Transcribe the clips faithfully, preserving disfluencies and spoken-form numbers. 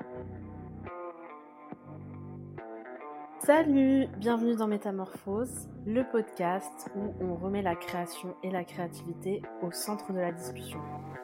Salut, bienvenue dans Métamorphose, le podcast où on remet la création et la créativité au centre de la discussion.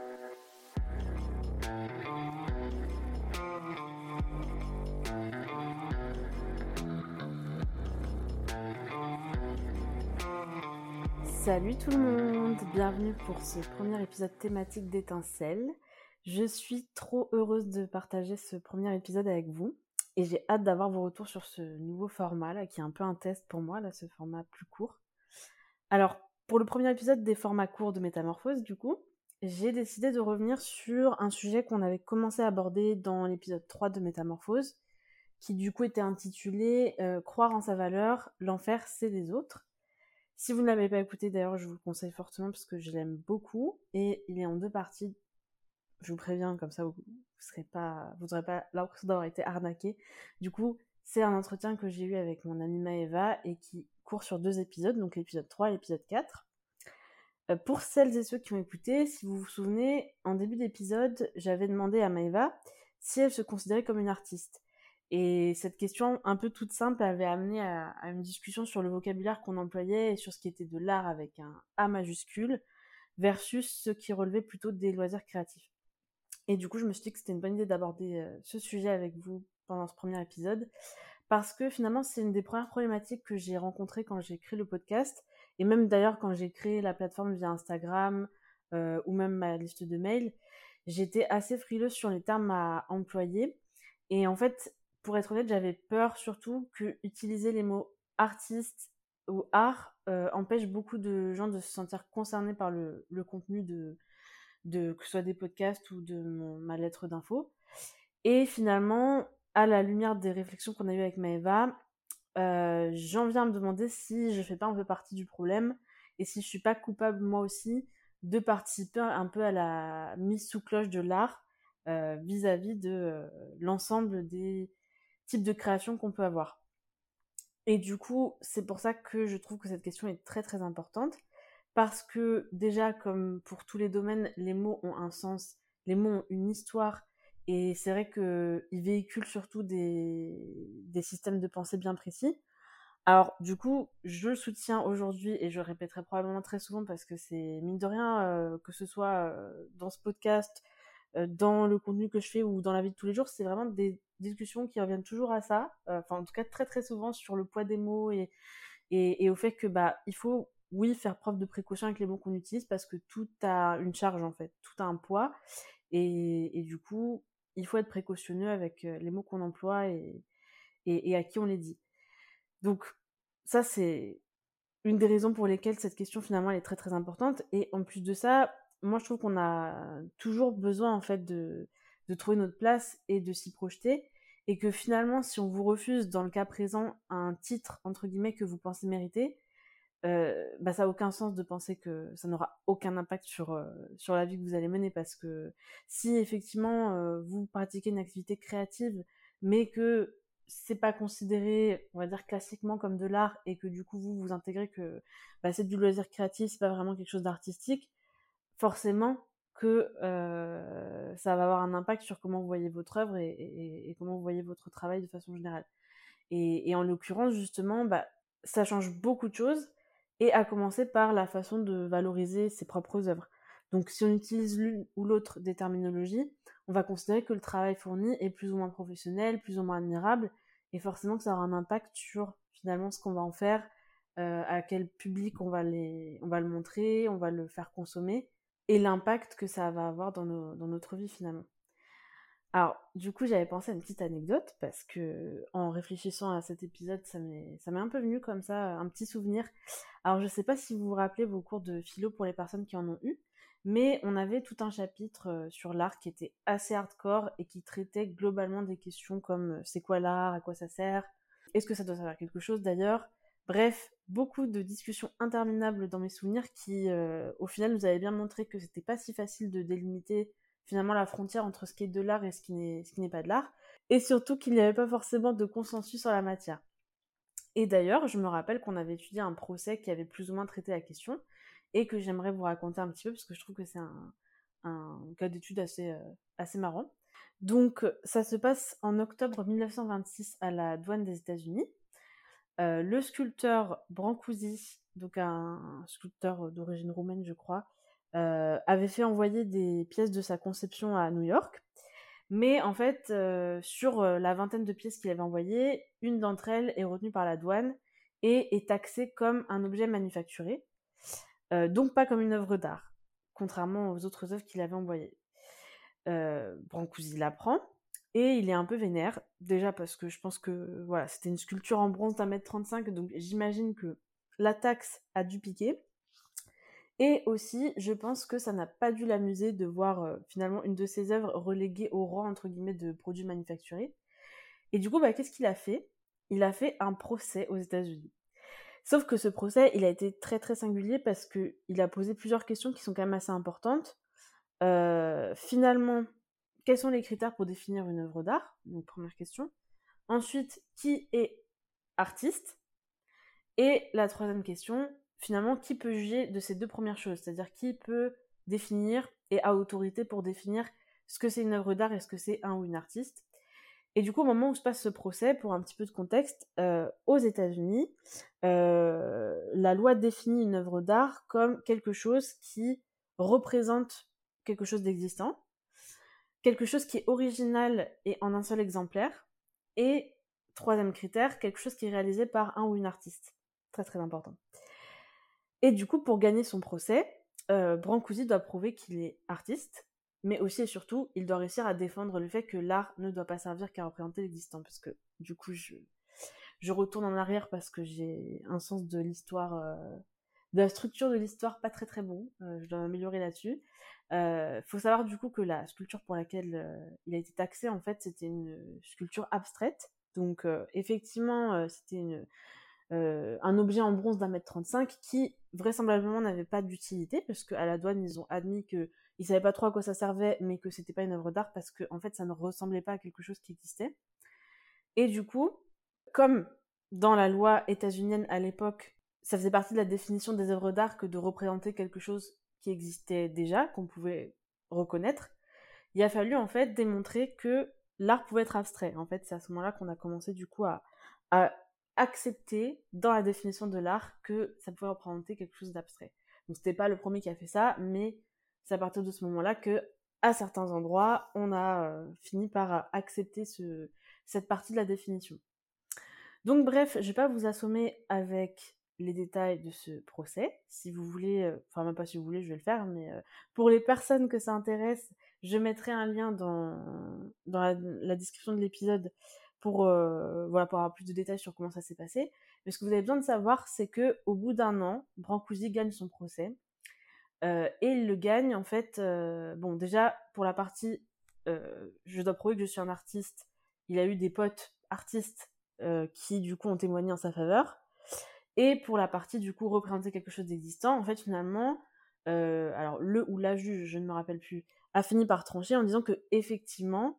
Salut tout le monde, bienvenue pour ce premier épisode thématique d'Étincelle. Je suis trop heureuse de partager ce premier épisode avec vous et j'ai hâte d'avoir vos retours sur ce nouveau format là, qui est un peu un test pour moi, là, ce format plus court. Alors, pour le premier épisode des formats courts de Métamorphose, du coup, j'ai décidé de revenir sur un sujet qu'on avait commencé à aborder dans l'épisode trois de Métamorphose, qui du coup était intitulé euh, « Croire en sa valeur, l'enfer c'est les autres ». Si vous ne l'avez pas écouté, d'ailleurs, je vous le conseille fortement parce que je l'aime beaucoup et il est en deux parties. Je vous préviens, comme ça vous n'aurez pas, vous n'aurez pas l'impression d'avoir été arnaqué. Du coup, c'est un entretien que j'ai eu avec mon amie Maëva et qui court sur deux épisodes, donc l'épisode trois et l'épisode quatre. Euh, pour celles et ceux qui ont écouté, si vous vous souvenez, en début d'épisode, j'avais demandé à Maëva si elle se considérait comme une artiste. Et cette question un peu toute simple avait amené à, à une discussion sur le vocabulaire qu'on employait et sur ce qui était de l'art avec un A majuscule versus ce qui relevait plutôt des loisirs créatifs. Et du coup, je me suis dit que c'était une bonne idée d'aborder euh, ce sujet avec vous pendant ce premier épisode parce que finalement, c'est une des premières problématiques que j'ai rencontrées quand j'ai créé le podcast et même d'ailleurs quand j'ai créé la plateforme via Instagram euh, ou même ma liste de mails, j'étais assez frileuse sur les termes à employer. Et en fait, pour être honnête, j'avais peur surtout que utiliser les mots artiste ou art euh, empêche beaucoup de gens de se sentir concernés par le, le contenu de, de que ce soit des podcasts ou de mon, ma lettre d'info. Et finalement, à la lumière des réflexions qu'on a eues avec Maëva, euh, j'en viens à me demander si je fais pas un peu partie du problème et si je suis pas coupable moi aussi de participer un peu à la mise sous cloche de l'art euh, vis-à-vis de euh, l'ensemble des types de créations qu'on peut avoir. Et du coup, c'est pour ça que je trouve que cette question est très très importante, parce que déjà, comme pour tous les domaines, les mots ont un sens, les mots ont une histoire, et c'est vrai qu'ils véhiculent surtout des, des systèmes de pensée bien précis. Alors, du coup, je le soutiens aujourd'hui, et je le répéterai probablement très souvent, parce que c'est, mine de rien, euh, que ce soit euh, dans ce podcast, euh, dans le contenu que je fais ou dans la vie de tous les jours, c'est vraiment des discussions qui reviennent toujours à ça, euh, enfin en tout cas très très souvent sur le poids des mots et, et, et au fait que bah il faut oui faire preuve de précaution avec les mots qu'on utilise parce que tout a une charge en fait, tout a un poids et, et du coup il faut être précautionneux avec les mots qu'on emploie et, et, et à qui on les dit. Donc ça c'est une des raisons pour lesquelles cette question finalement elle est très très importante et en plus de ça moi je trouve qu'on a toujours besoin en fait de, de trouver notre place et de s'y projeter et que finalement si on vous refuse dans le cas présent un titre entre guillemets que vous pensez mériter, euh, bah ça n'a aucun sens de penser que ça n'aura aucun impact sur, euh, sur la vie que vous allez mener parce que si effectivement euh, vous pratiquez une activité créative mais que c'est pas considéré, on va dire classiquement comme de l'art et que du coup vous vous intégrez que bah, c'est du loisir créatif, c'est pas vraiment quelque chose d'artistique, forcément que euh, ça va avoir un impact sur comment vous voyez votre œuvre et, et, et comment vous voyez votre travail de façon générale. Et, et en l'occurrence, justement, bah, ça change beaucoup de choses, et à commencer par la façon de valoriser ses propres œuvres. Donc si on utilise l'une ou l'autre des terminologies, on va considérer que le travail fourni est plus ou moins professionnel, plus ou moins admirable, et forcément que ça aura un impact sur finalement ce qu'on va en faire, euh, à quel public on va, les, on va le montrer, on va le faire consommer, et l'impact que ça va avoir dans, nos, dans notre vie finalement. Alors, du coup, j'avais pensé à une petite anecdote parce que, en réfléchissant à cet épisode, ça m'est, ça m'est un peu venu comme ça, un petit souvenir. Alors, je sais pas si vous vous rappelez vos cours de philo pour les personnes qui en ont eu, mais on avait tout un chapitre sur l'art qui était assez hardcore et qui traitait globalement des questions comme c'est quoi l'art, à quoi ça sert, est-ce que ça doit servir à quelque chose d'ailleurs. Bref, beaucoup de discussions interminables dans mes souvenirs qui, euh, au final, nous avaient bien montré que c'était pas si facile de délimiter finalement la frontière entre ce qui est de l'art et ce qui n'est, ce qui n'est pas de l'art, et surtout qu'il n'y avait pas forcément de consensus sur la matière. Et d'ailleurs, je me rappelle qu'on avait étudié un procès qui avait plus ou moins traité la question, et que j'aimerais vous raconter un petit peu, parce que je trouve que c'est un, un cas d'étude assez, euh, assez marrant. Donc, ça se passe en octobre mille neuf cent vingt-six à la douane des États-Unis. Euh, le sculpteur Brancusi, donc un, un sculpteur d'origine roumaine, je crois, euh, avait fait envoyer des pièces de sa conception à New York. Mais en fait, euh, sur euh, la vingtaine de pièces qu'il avait envoyées, une d'entre elles est retenue par la douane et est taxée comme un objet manufacturé, euh, donc pas comme une œuvre d'art, contrairement aux autres œuvres qu'il avait envoyées. Euh, Brancusi l'apprend et il est un peu vénère, déjà parce que je pense que voilà, c'était une sculpture en bronze d'un mètre trente-cinq, donc j'imagine que la taxe a dû piquer. Et aussi, je pense que ça n'a pas dû l'amuser de voir euh, finalement une de ses œuvres reléguée au rang entre guillemets de produits manufacturés. Et du coup, bah, qu'est-ce qu'il a fait? Il a fait un procès aux États-Unis. Sauf que ce procès, il a été très très singulier parce que il a posé plusieurs questions qui sont quand même assez importantes. Euh, finalement, quels sont les critères pour définir une œuvre d'art? Donc première question. Ensuite, qui est artiste? Et la troisième question, finalement, qui peut juger de ces deux premières choses? C'est-à-dire qui peut définir et a autorité pour définir ce que c'est une œuvre d'art et ce que c'est un ou une artiste? Et du coup, au moment où se passe ce procès, pour un petit peu de contexte, euh, aux États-Unis, euh, la loi définit une œuvre d'art comme quelque chose qui représente quelque chose d'existant, quelque chose qui est original et en un seul exemplaire, et troisième critère, quelque chose qui est réalisé par un ou une artiste. Très très important. Et du coup, pour gagner son procès, euh, Brancusi doit prouver qu'il est artiste, mais aussi et surtout, il doit réussir à défendre le fait que l'art ne doit pas servir qu'à représenter l'existant, parce que du coup, je, je retourne en arrière parce que j'ai un sens de l'histoire, euh, de la structure de l'histoire pas très très bon, euh, je dois m'améliorer là-dessus. Il euh, faut savoir du coup que la sculpture pour laquelle euh, il a été taxé, en fait, c'était une sculpture abstraite, donc euh, effectivement, euh, c'était une euh, un objet en bronze d'un mètre trente-cinq qui vraisemblablement n'avait pas d'utilité, parce qu'à la douane ils ont admis qu'ils ne savaient pas trop à quoi ça servait, mais que c'était pas une œuvre d'art parce que en fait ça ne ressemblait pas à quelque chose qui existait. Et du coup, comme dans la loi états-unienne à l'époque, ça faisait partie de la définition des œuvres d'art que de représenter quelque chose qui existait déjà, qu'on pouvait reconnaître, il a fallu en fait démontrer que l'art pouvait être abstrait. En fait, c'est à ce moment-là qu'on a commencé du coup à, à accepter dans la définition de l'art que ça pouvait représenter quelque chose d'abstrait. Donc c'était pas le premier qui a fait ça, mais c'est à partir de ce moment-là que, à certains endroits, on a euh, fini par accepter ce, cette partie de la définition. Donc bref, je vais pas vous assommer avec les détails de ce procès. Si vous voulez, euh, enfin même pas si vous voulez, je vais le faire, mais euh, pour les personnes que ça intéresse, je mettrai un lien dans, dans la, la description de l'épisode pour, euh, voilà, pour avoir plus de détails sur comment ça s'est passé. Mais ce que vous avez besoin de savoir, c'est que au bout d'un an, Brancusi gagne son procès. Euh, et il le gagne, en fait, euh, bon, déjà, pour la partie euh, je dois prouver que je suis un artiste, il a eu des potes artistes euh, qui, du coup, ont témoigné en sa faveur. Et pour la partie, du coup, représenter quelque chose d'existant, en fait, finalement, euh, alors le ou la juge, je ne me rappelle plus, a fini par trancher en disant que effectivement,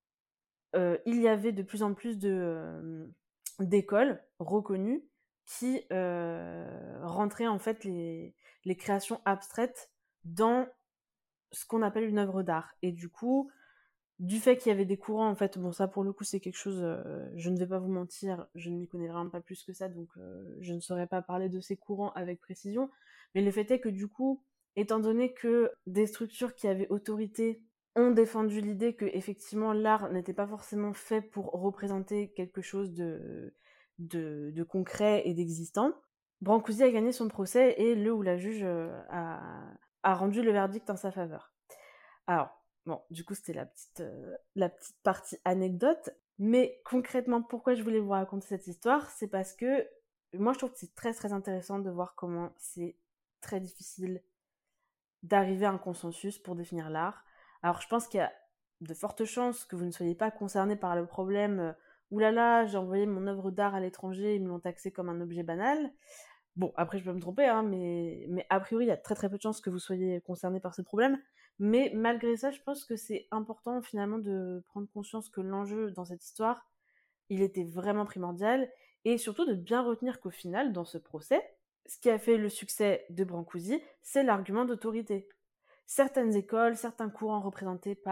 euh, il y avait de plus en plus de, euh, d'écoles reconnues qui euh, rentraient en fait les, les créations abstraites dans ce qu'on appelle une œuvre d'art. Et du coup, du fait qu'il y avait des courants, en fait, bon ça pour le coup c'est quelque chose, euh, je ne vais pas vous mentir, je ne m'y connais vraiment pas plus que ça, donc euh, je ne saurais pas parler de ces courants avec précision, mais le fait est que du coup, étant donné que des structures qui avaient autorité ont défendu l'idée que effectivement l'art n'était pas forcément fait pour représenter quelque chose de, de, de concret et d'existant, Brancusi a gagné son procès et le ou la juge a, a rendu le verdict en sa faveur. Alors, bon, du coup, c'était la petite, euh, la petite partie anecdote. Mais concrètement, pourquoi je voulais vous raconter cette histoire, c'est parce que moi, je trouve que c'est très, très intéressant de voir comment c'est très difficile d'arriver à un consensus pour définir l'art. Alors, je pense qu'il y a de fortes chances que vous ne soyez pas concerné par le problème euh, « Oulala, j'ai envoyé mon œuvre d'art à l'étranger, ils me l'ont taxé comme un objet banal ». Bon, après, je peux me tromper, hein, mais, mais a priori, il y a très très peu de chances que vous soyez concerné par ce problème. Mais malgré ça, je pense que c'est important finalement de prendre conscience que l'enjeu dans cette histoire, il était vraiment primordial, et surtout de bien retenir qu'au final, dans ce procès, ce qui a fait le succès de Brancusi, c'est l'argument d'autorité. Certaines écoles, certains courants représentés par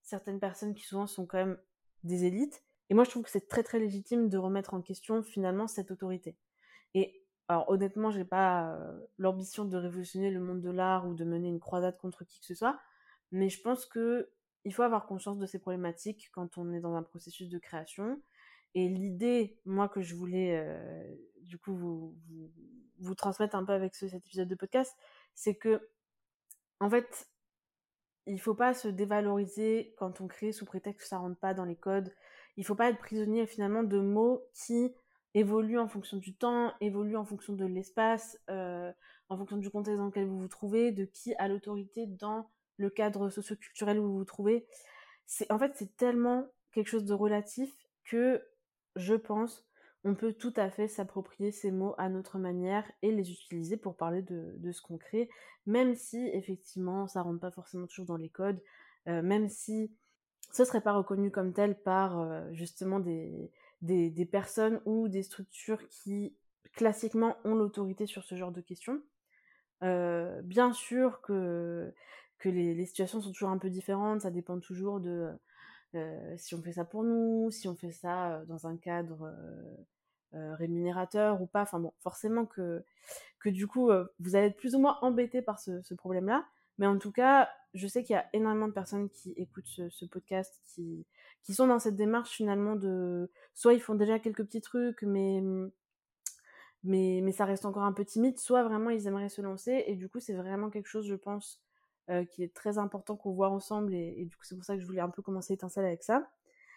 certaines personnes qui souvent sont quand même des élites. Et moi, je trouve que c'est très très légitime de remettre en question finalement cette autorité. Et alors honnêtement, j'ai pas euh, l'ambition de révolutionner le monde de l'art ou de mener une croisade contre qui que ce soit, mais je pense que il faut avoir conscience de ces problématiques quand on est dans un processus de création. Et l'idée, moi, que je voulais euh, du coup vous, vous, vous transmettre un peu avec ce, cet épisode de podcast, c'est que en fait, il faut pas se dévaloriser quand on crée sous prétexte que ça rentre pas dans les codes. Il faut pas être prisonnier finalement de mots qui évoluent en fonction du temps, évoluent en fonction de l'espace, euh, en fonction du contexte dans lequel vous vous trouvez, de qui a l'autorité dans le cadre socioculturel où vous vous trouvez. C'est, en fait, c'est tellement quelque chose de relatif que je pense on peut tout à fait s'approprier ces mots à notre manière et les utiliser pour parler de, de ce qu'on crée, même si effectivement ça rentre pas forcément toujours dans les codes, euh, même si ce serait pas reconnu comme tel par euh, justement des, des, des personnes ou des structures qui classiquement ont l'autorité sur ce genre de questions. Euh, bien sûr que, que les, les situations sont toujours un peu différentes, ça dépend toujours de euh, si on fait ça pour nous, si on fait ça euh, dans un cadre euh, euh, rémunérateur ou pas. Enfin bon, forcément que, que du coup, euh, vous allez être plus ou moins embêté par ce, ce problème-là. Mais en tout cas, je sais qu'il y a énormément de personnes qui écoutent ce, ce podcast, qui, qui sont dans cette démarche finalement de... Soit ils font déjà quelques petits trucs, mais, mais, mais ça reste encore un peu timide, soit vraiment ils aimeraient se lancer. Et du coup, c'est vraiment quelque chose, je pense, euh, qui est très important qu'on voit ensemble. Et, et du coup, c'est pour ça que je voulais un peu commencer Étincelle avec ça.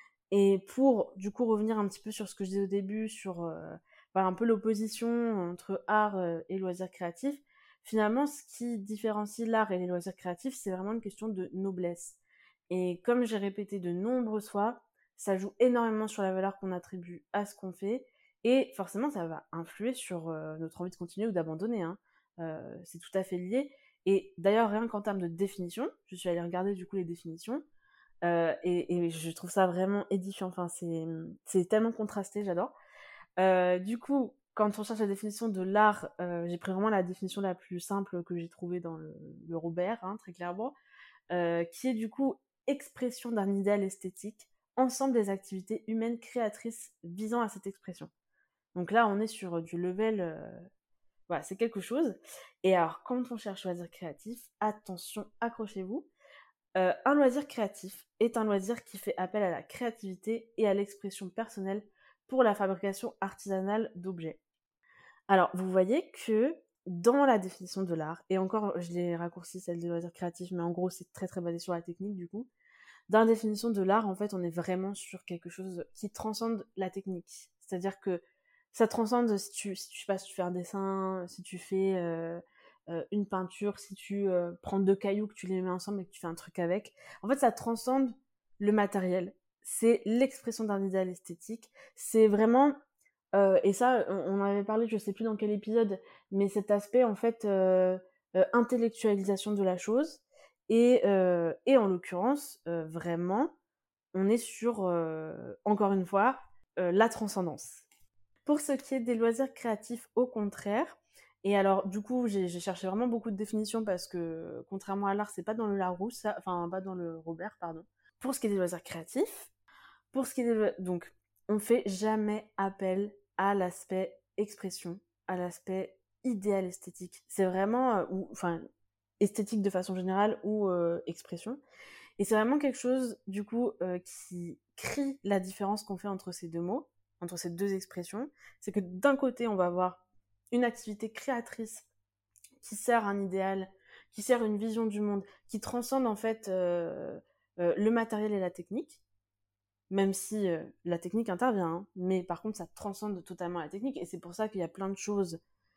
Et pour, du coup, revenir un petit peu sur ce que je disais au début, sur euh, bah, un peu l'opposition entre art euh, et loisirs créatifs, finalement, ce qui différencie l'art et les loisirs créatifs, c'est vraiment une question de noblesse. Et comme j'ai répété de nombreuses fois, ça joue énormément sur la valeur qu'on attribue à ce qu'on fait, et forcément, ça va influer sur euh, notre envie de continuer ou d'abandonner. Hein. Euh, c'est tout à fait lié. Et d'ailleurs, rien qu'en termes de définition, je suis allée regarder du coup les définitions, euh, et, et je trouve ça vraiment édifiant. Enfin, c'est, c'est tellement contrasté, j'adore. Euh, du coup, quand on cherche la définition de l'art, euh, j'ai pris vraiment la définition la plus simple que j'ai trouvée dans le, le Robert, hein, très clairement, euh, qui est du coup expression d'un idéal esthétique, ensemble des activités humaines créatrices visant à cette expression. Donc là, on est sur du level, euh, voilà, c'est quelque chose. Et alors, quand on cherche loisir créatif, attention, accrochez-vous. Euh, un loisir créatif est un loisir qui fait appel à la créativité et à l'expression personnelle pour la fabrication artisanale d'objets. Alors, vous voyez que dans la définition de l'art, et encore, je l'ai raccourci celle des loisirs créatifs, mais en gros, c'est très très basé sur la technique du coup. Dans la définition de l'art, en fait, on est vraiment sur quelque chose qui transcende la technique. C'est-à-dire que ça transcende si tu, si tu, je sais pas, si tu fais un dessin, si tu fais euh, euh, une peinture, si tu euh, prends deux cailloux, que tu les mets ensemble et que tu fais un truc avec. En fait, ça transcende le matériel. C'est l'expression d'un idéal esthétique. C'est vraiment... euh, et ça, on, on en avait parlé, je sais plus dans quel épisode, mais cet aspect, en fait, euh, euh, intellectualisation de la chose. Et, euh, et en l'occurrence, euh, vraiment, on est sur, euh, encore une fois, euh, la transcendance. Pour ce qui est des loisirs créatifs, au contraire, et alors du coup j'ai, j'ai cherché vraiment beaucoup de définitions parce que contrairement à l'art, c'est pas dans le Larousse, ça, enfin pas dans le Robert, pardon. Pour ce qui est des loisirs créatifs, pour ce qui est des lo- donc on fait jamais appel à l'aspect expression, à l'aspect idéal esthétique. C'est vraiment, euh, ou enfin esthétique de façon générale ou euh, expression. Et c'est vraiment quelque chose, du coup, euh, qui crie la différence qu'on fait entre ces deux mots, entre ces deux expressions. C'est que d'un côté, on va avoir une activité créatrice qui sert un idéal, qui sert une vision du monde, qui transcende en fait euh, euh, le matériel et la technique, même si euh, la technique intervient, hein, mais par contre, ça transcende totalement la technique. Et c'est pour ça qu'il y a plein de choses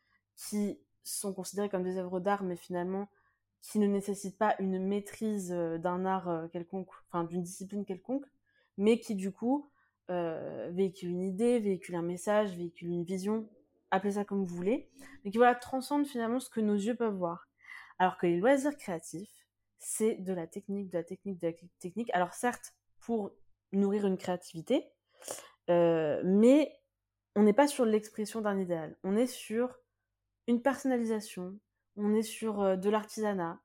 qui sont considérées comme des œuvres d'art, mais finalement qui ne nécessitent pas une maîtrise euh, d'un art euh, quelconque, enfin d'une discipline quelconque, mais qui du coup euh, véhiculent une idée, véhiculent un message, véhiculent une vision, appelez ça comme vous voulez, mais qui voilà, transcendent finalement ce que nos yeux peuvent voir. Alors que les loisirs créatifs, c'est de la technique, de la technique, de la technique. Alors certes, pour nourrir une créativité, euh, mais on n'est pas sur l'expression d'un idéal. On est sur une personnalisation, on est sur euh, de l'artisanat.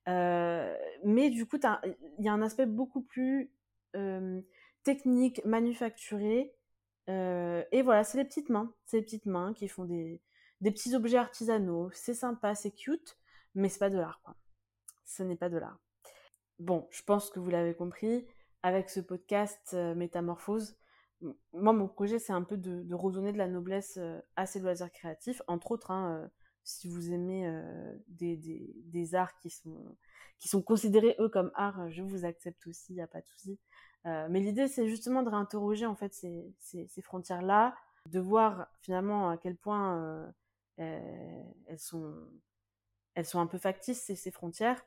Euh, mais du coup, il y a un aspect beaucoup plus euh, technique, manufacturé. Euh, et voilà, c'est les petites mains. C'est les petites mains qui font des, des petits objets artisanaux. C'est sympa, c'est cute, mais c'est pas de l'art, quoi. Ce n'est pas de l'art. Bon, je pense que vous l'avez compris, avec ce podcast euh, Métamorphose, m- moi, mon projet, c'est un peu de, de redonner de la noblesse euh, à ces loisirs créatifs, entre autres, hein, euh, si vous aimez euh, des, des, des arts qui sont, qui sont considérés, eux, comme arts, je vous accepte aussi, il n'y a pas de souci. Euh, mais l'idée, c'est justement de réinterroger, en fait, ces, ces, ces frontières-là, de voir, finalement, à quel point euh, euh, elles sont, elles sont un peu factices, ces, ces frontières,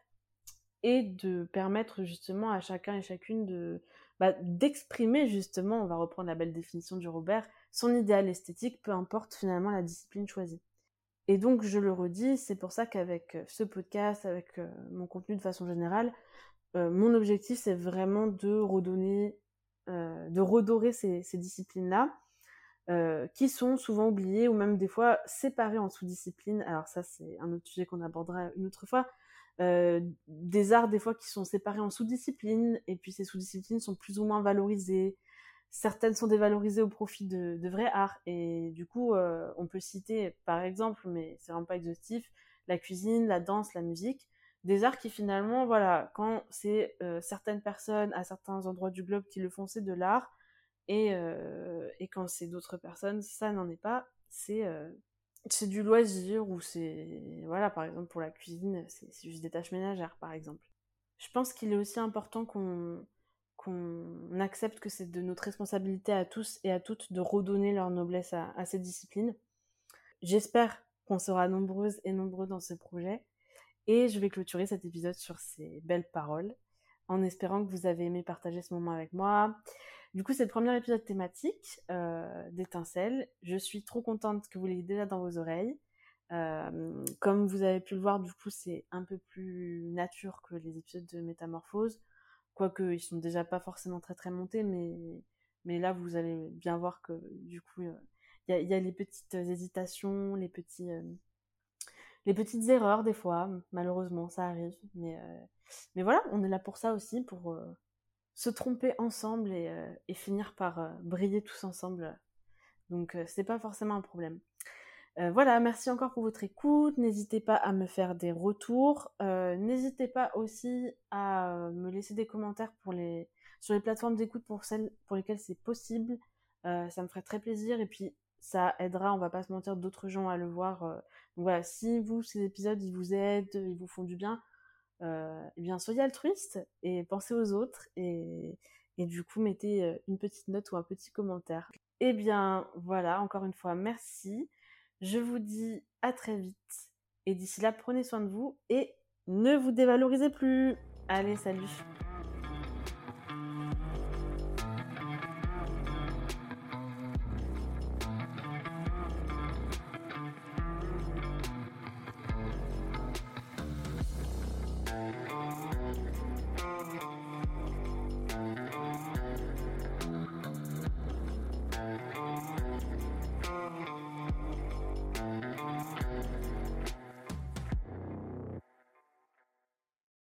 et de permettre justement à chacun et chacune de bah, d'exprimer justement, on va reprendre la belle définition du Robert, son idéal esthétique, peu importe finalement la discipline choisie. Et donc, je le redis, c'est pour ça qu'avec ce podcast, avec euh, mon contenu de façon générale, euh, mon objectif, c'est vraiment de redonner, euh, de redorer ces, ces disciplines-là, euh, qui sont souvent oubliées ou même des fois séparées en sous-disciplines. Alors ça, c'est un autre sujet qu'on abordera une autre fois. Euh, des arts des fois qui sont séparés en sous-disciplines, et puis ces sous-disciplines sont plus ou moins valorisées. Certaines sont dévalorisées au profit de, de vrais arts, et du coup, euh, on peut citer par exemple, mais c'est vraiment pas exhaustif, la cuisine, la danse, la musique, des arts qui finalement, voilà, quand c'est euh, certaines personnes à certains endroits du globe qui le font, c'est de l'art, et, euh, et quand c'est d'autres personnes, ça n'en est pas, c'est euh, c'est du loisir, ou c'est, voilà, par exemple pour la cuisine, c'est, c'est juste des tâches ménagères, par exemple. Je pense qu'il est aussi important qu'on qu'on accepte que c'est de notre responsabilité à tous et à toutes de redonner leur noblesse à, à ces disciplines. J'espère qu'on sera nombreuses et nombreux dans ce projet, et je vais clôturer cet épisode sur ces belles paroles, en espérant que vous avez aimé partager ce moment avec moi. Du coup, c'est le premier épisode thématique euh, d'Étincelle. Je suis trop contente que vous l'ayez déjà dans vos oreilles. Euh, comme vous avez pu le voir, du coup, c'est un peu plus nature que les épisodes de Métamorphose. Quoique, ils sont déjà pas forcément très très montés, mais, mais là, vous allez bien voir que, du coup, il euh, y, a, y a les petites hésitations, les petits... Euh, les petites erreurs des fois, malheureusement, ça arrive. Mais, euh, mais voilà, on est là pour ça aussi, pour euh, se tromper ensemble et, euh, et finir par euh, briller tous ensemble. Donc euh, c'est pas forcément un problème. Euh, voilà, merci encore pour votre écoute. N'hésitez pas à me faire des retours. Euh, n'hésitez pas aussi à euh, me laisser des commentaires pour les, sur les plateformes d'écoute pour celles pour lesquelles c'est possible. Euh, ça me ferait très plaisir, et puis ça aidera, on va pas se mentir, d'autres gens à le voir. Euh, donc voilà, si vous, ces épisodes, ils vous aident, ils vous font du bien, euh, eh bien soyez altruiste et pensez aux autres, et, et du coup mettez une petite note ou un petit commentaire. Eh bien voilà, encore une fois, merci. Je vous dis à très vite, et d'ici là, prenez soin de vous et ne vous dévalorisez plus. Allez, salut!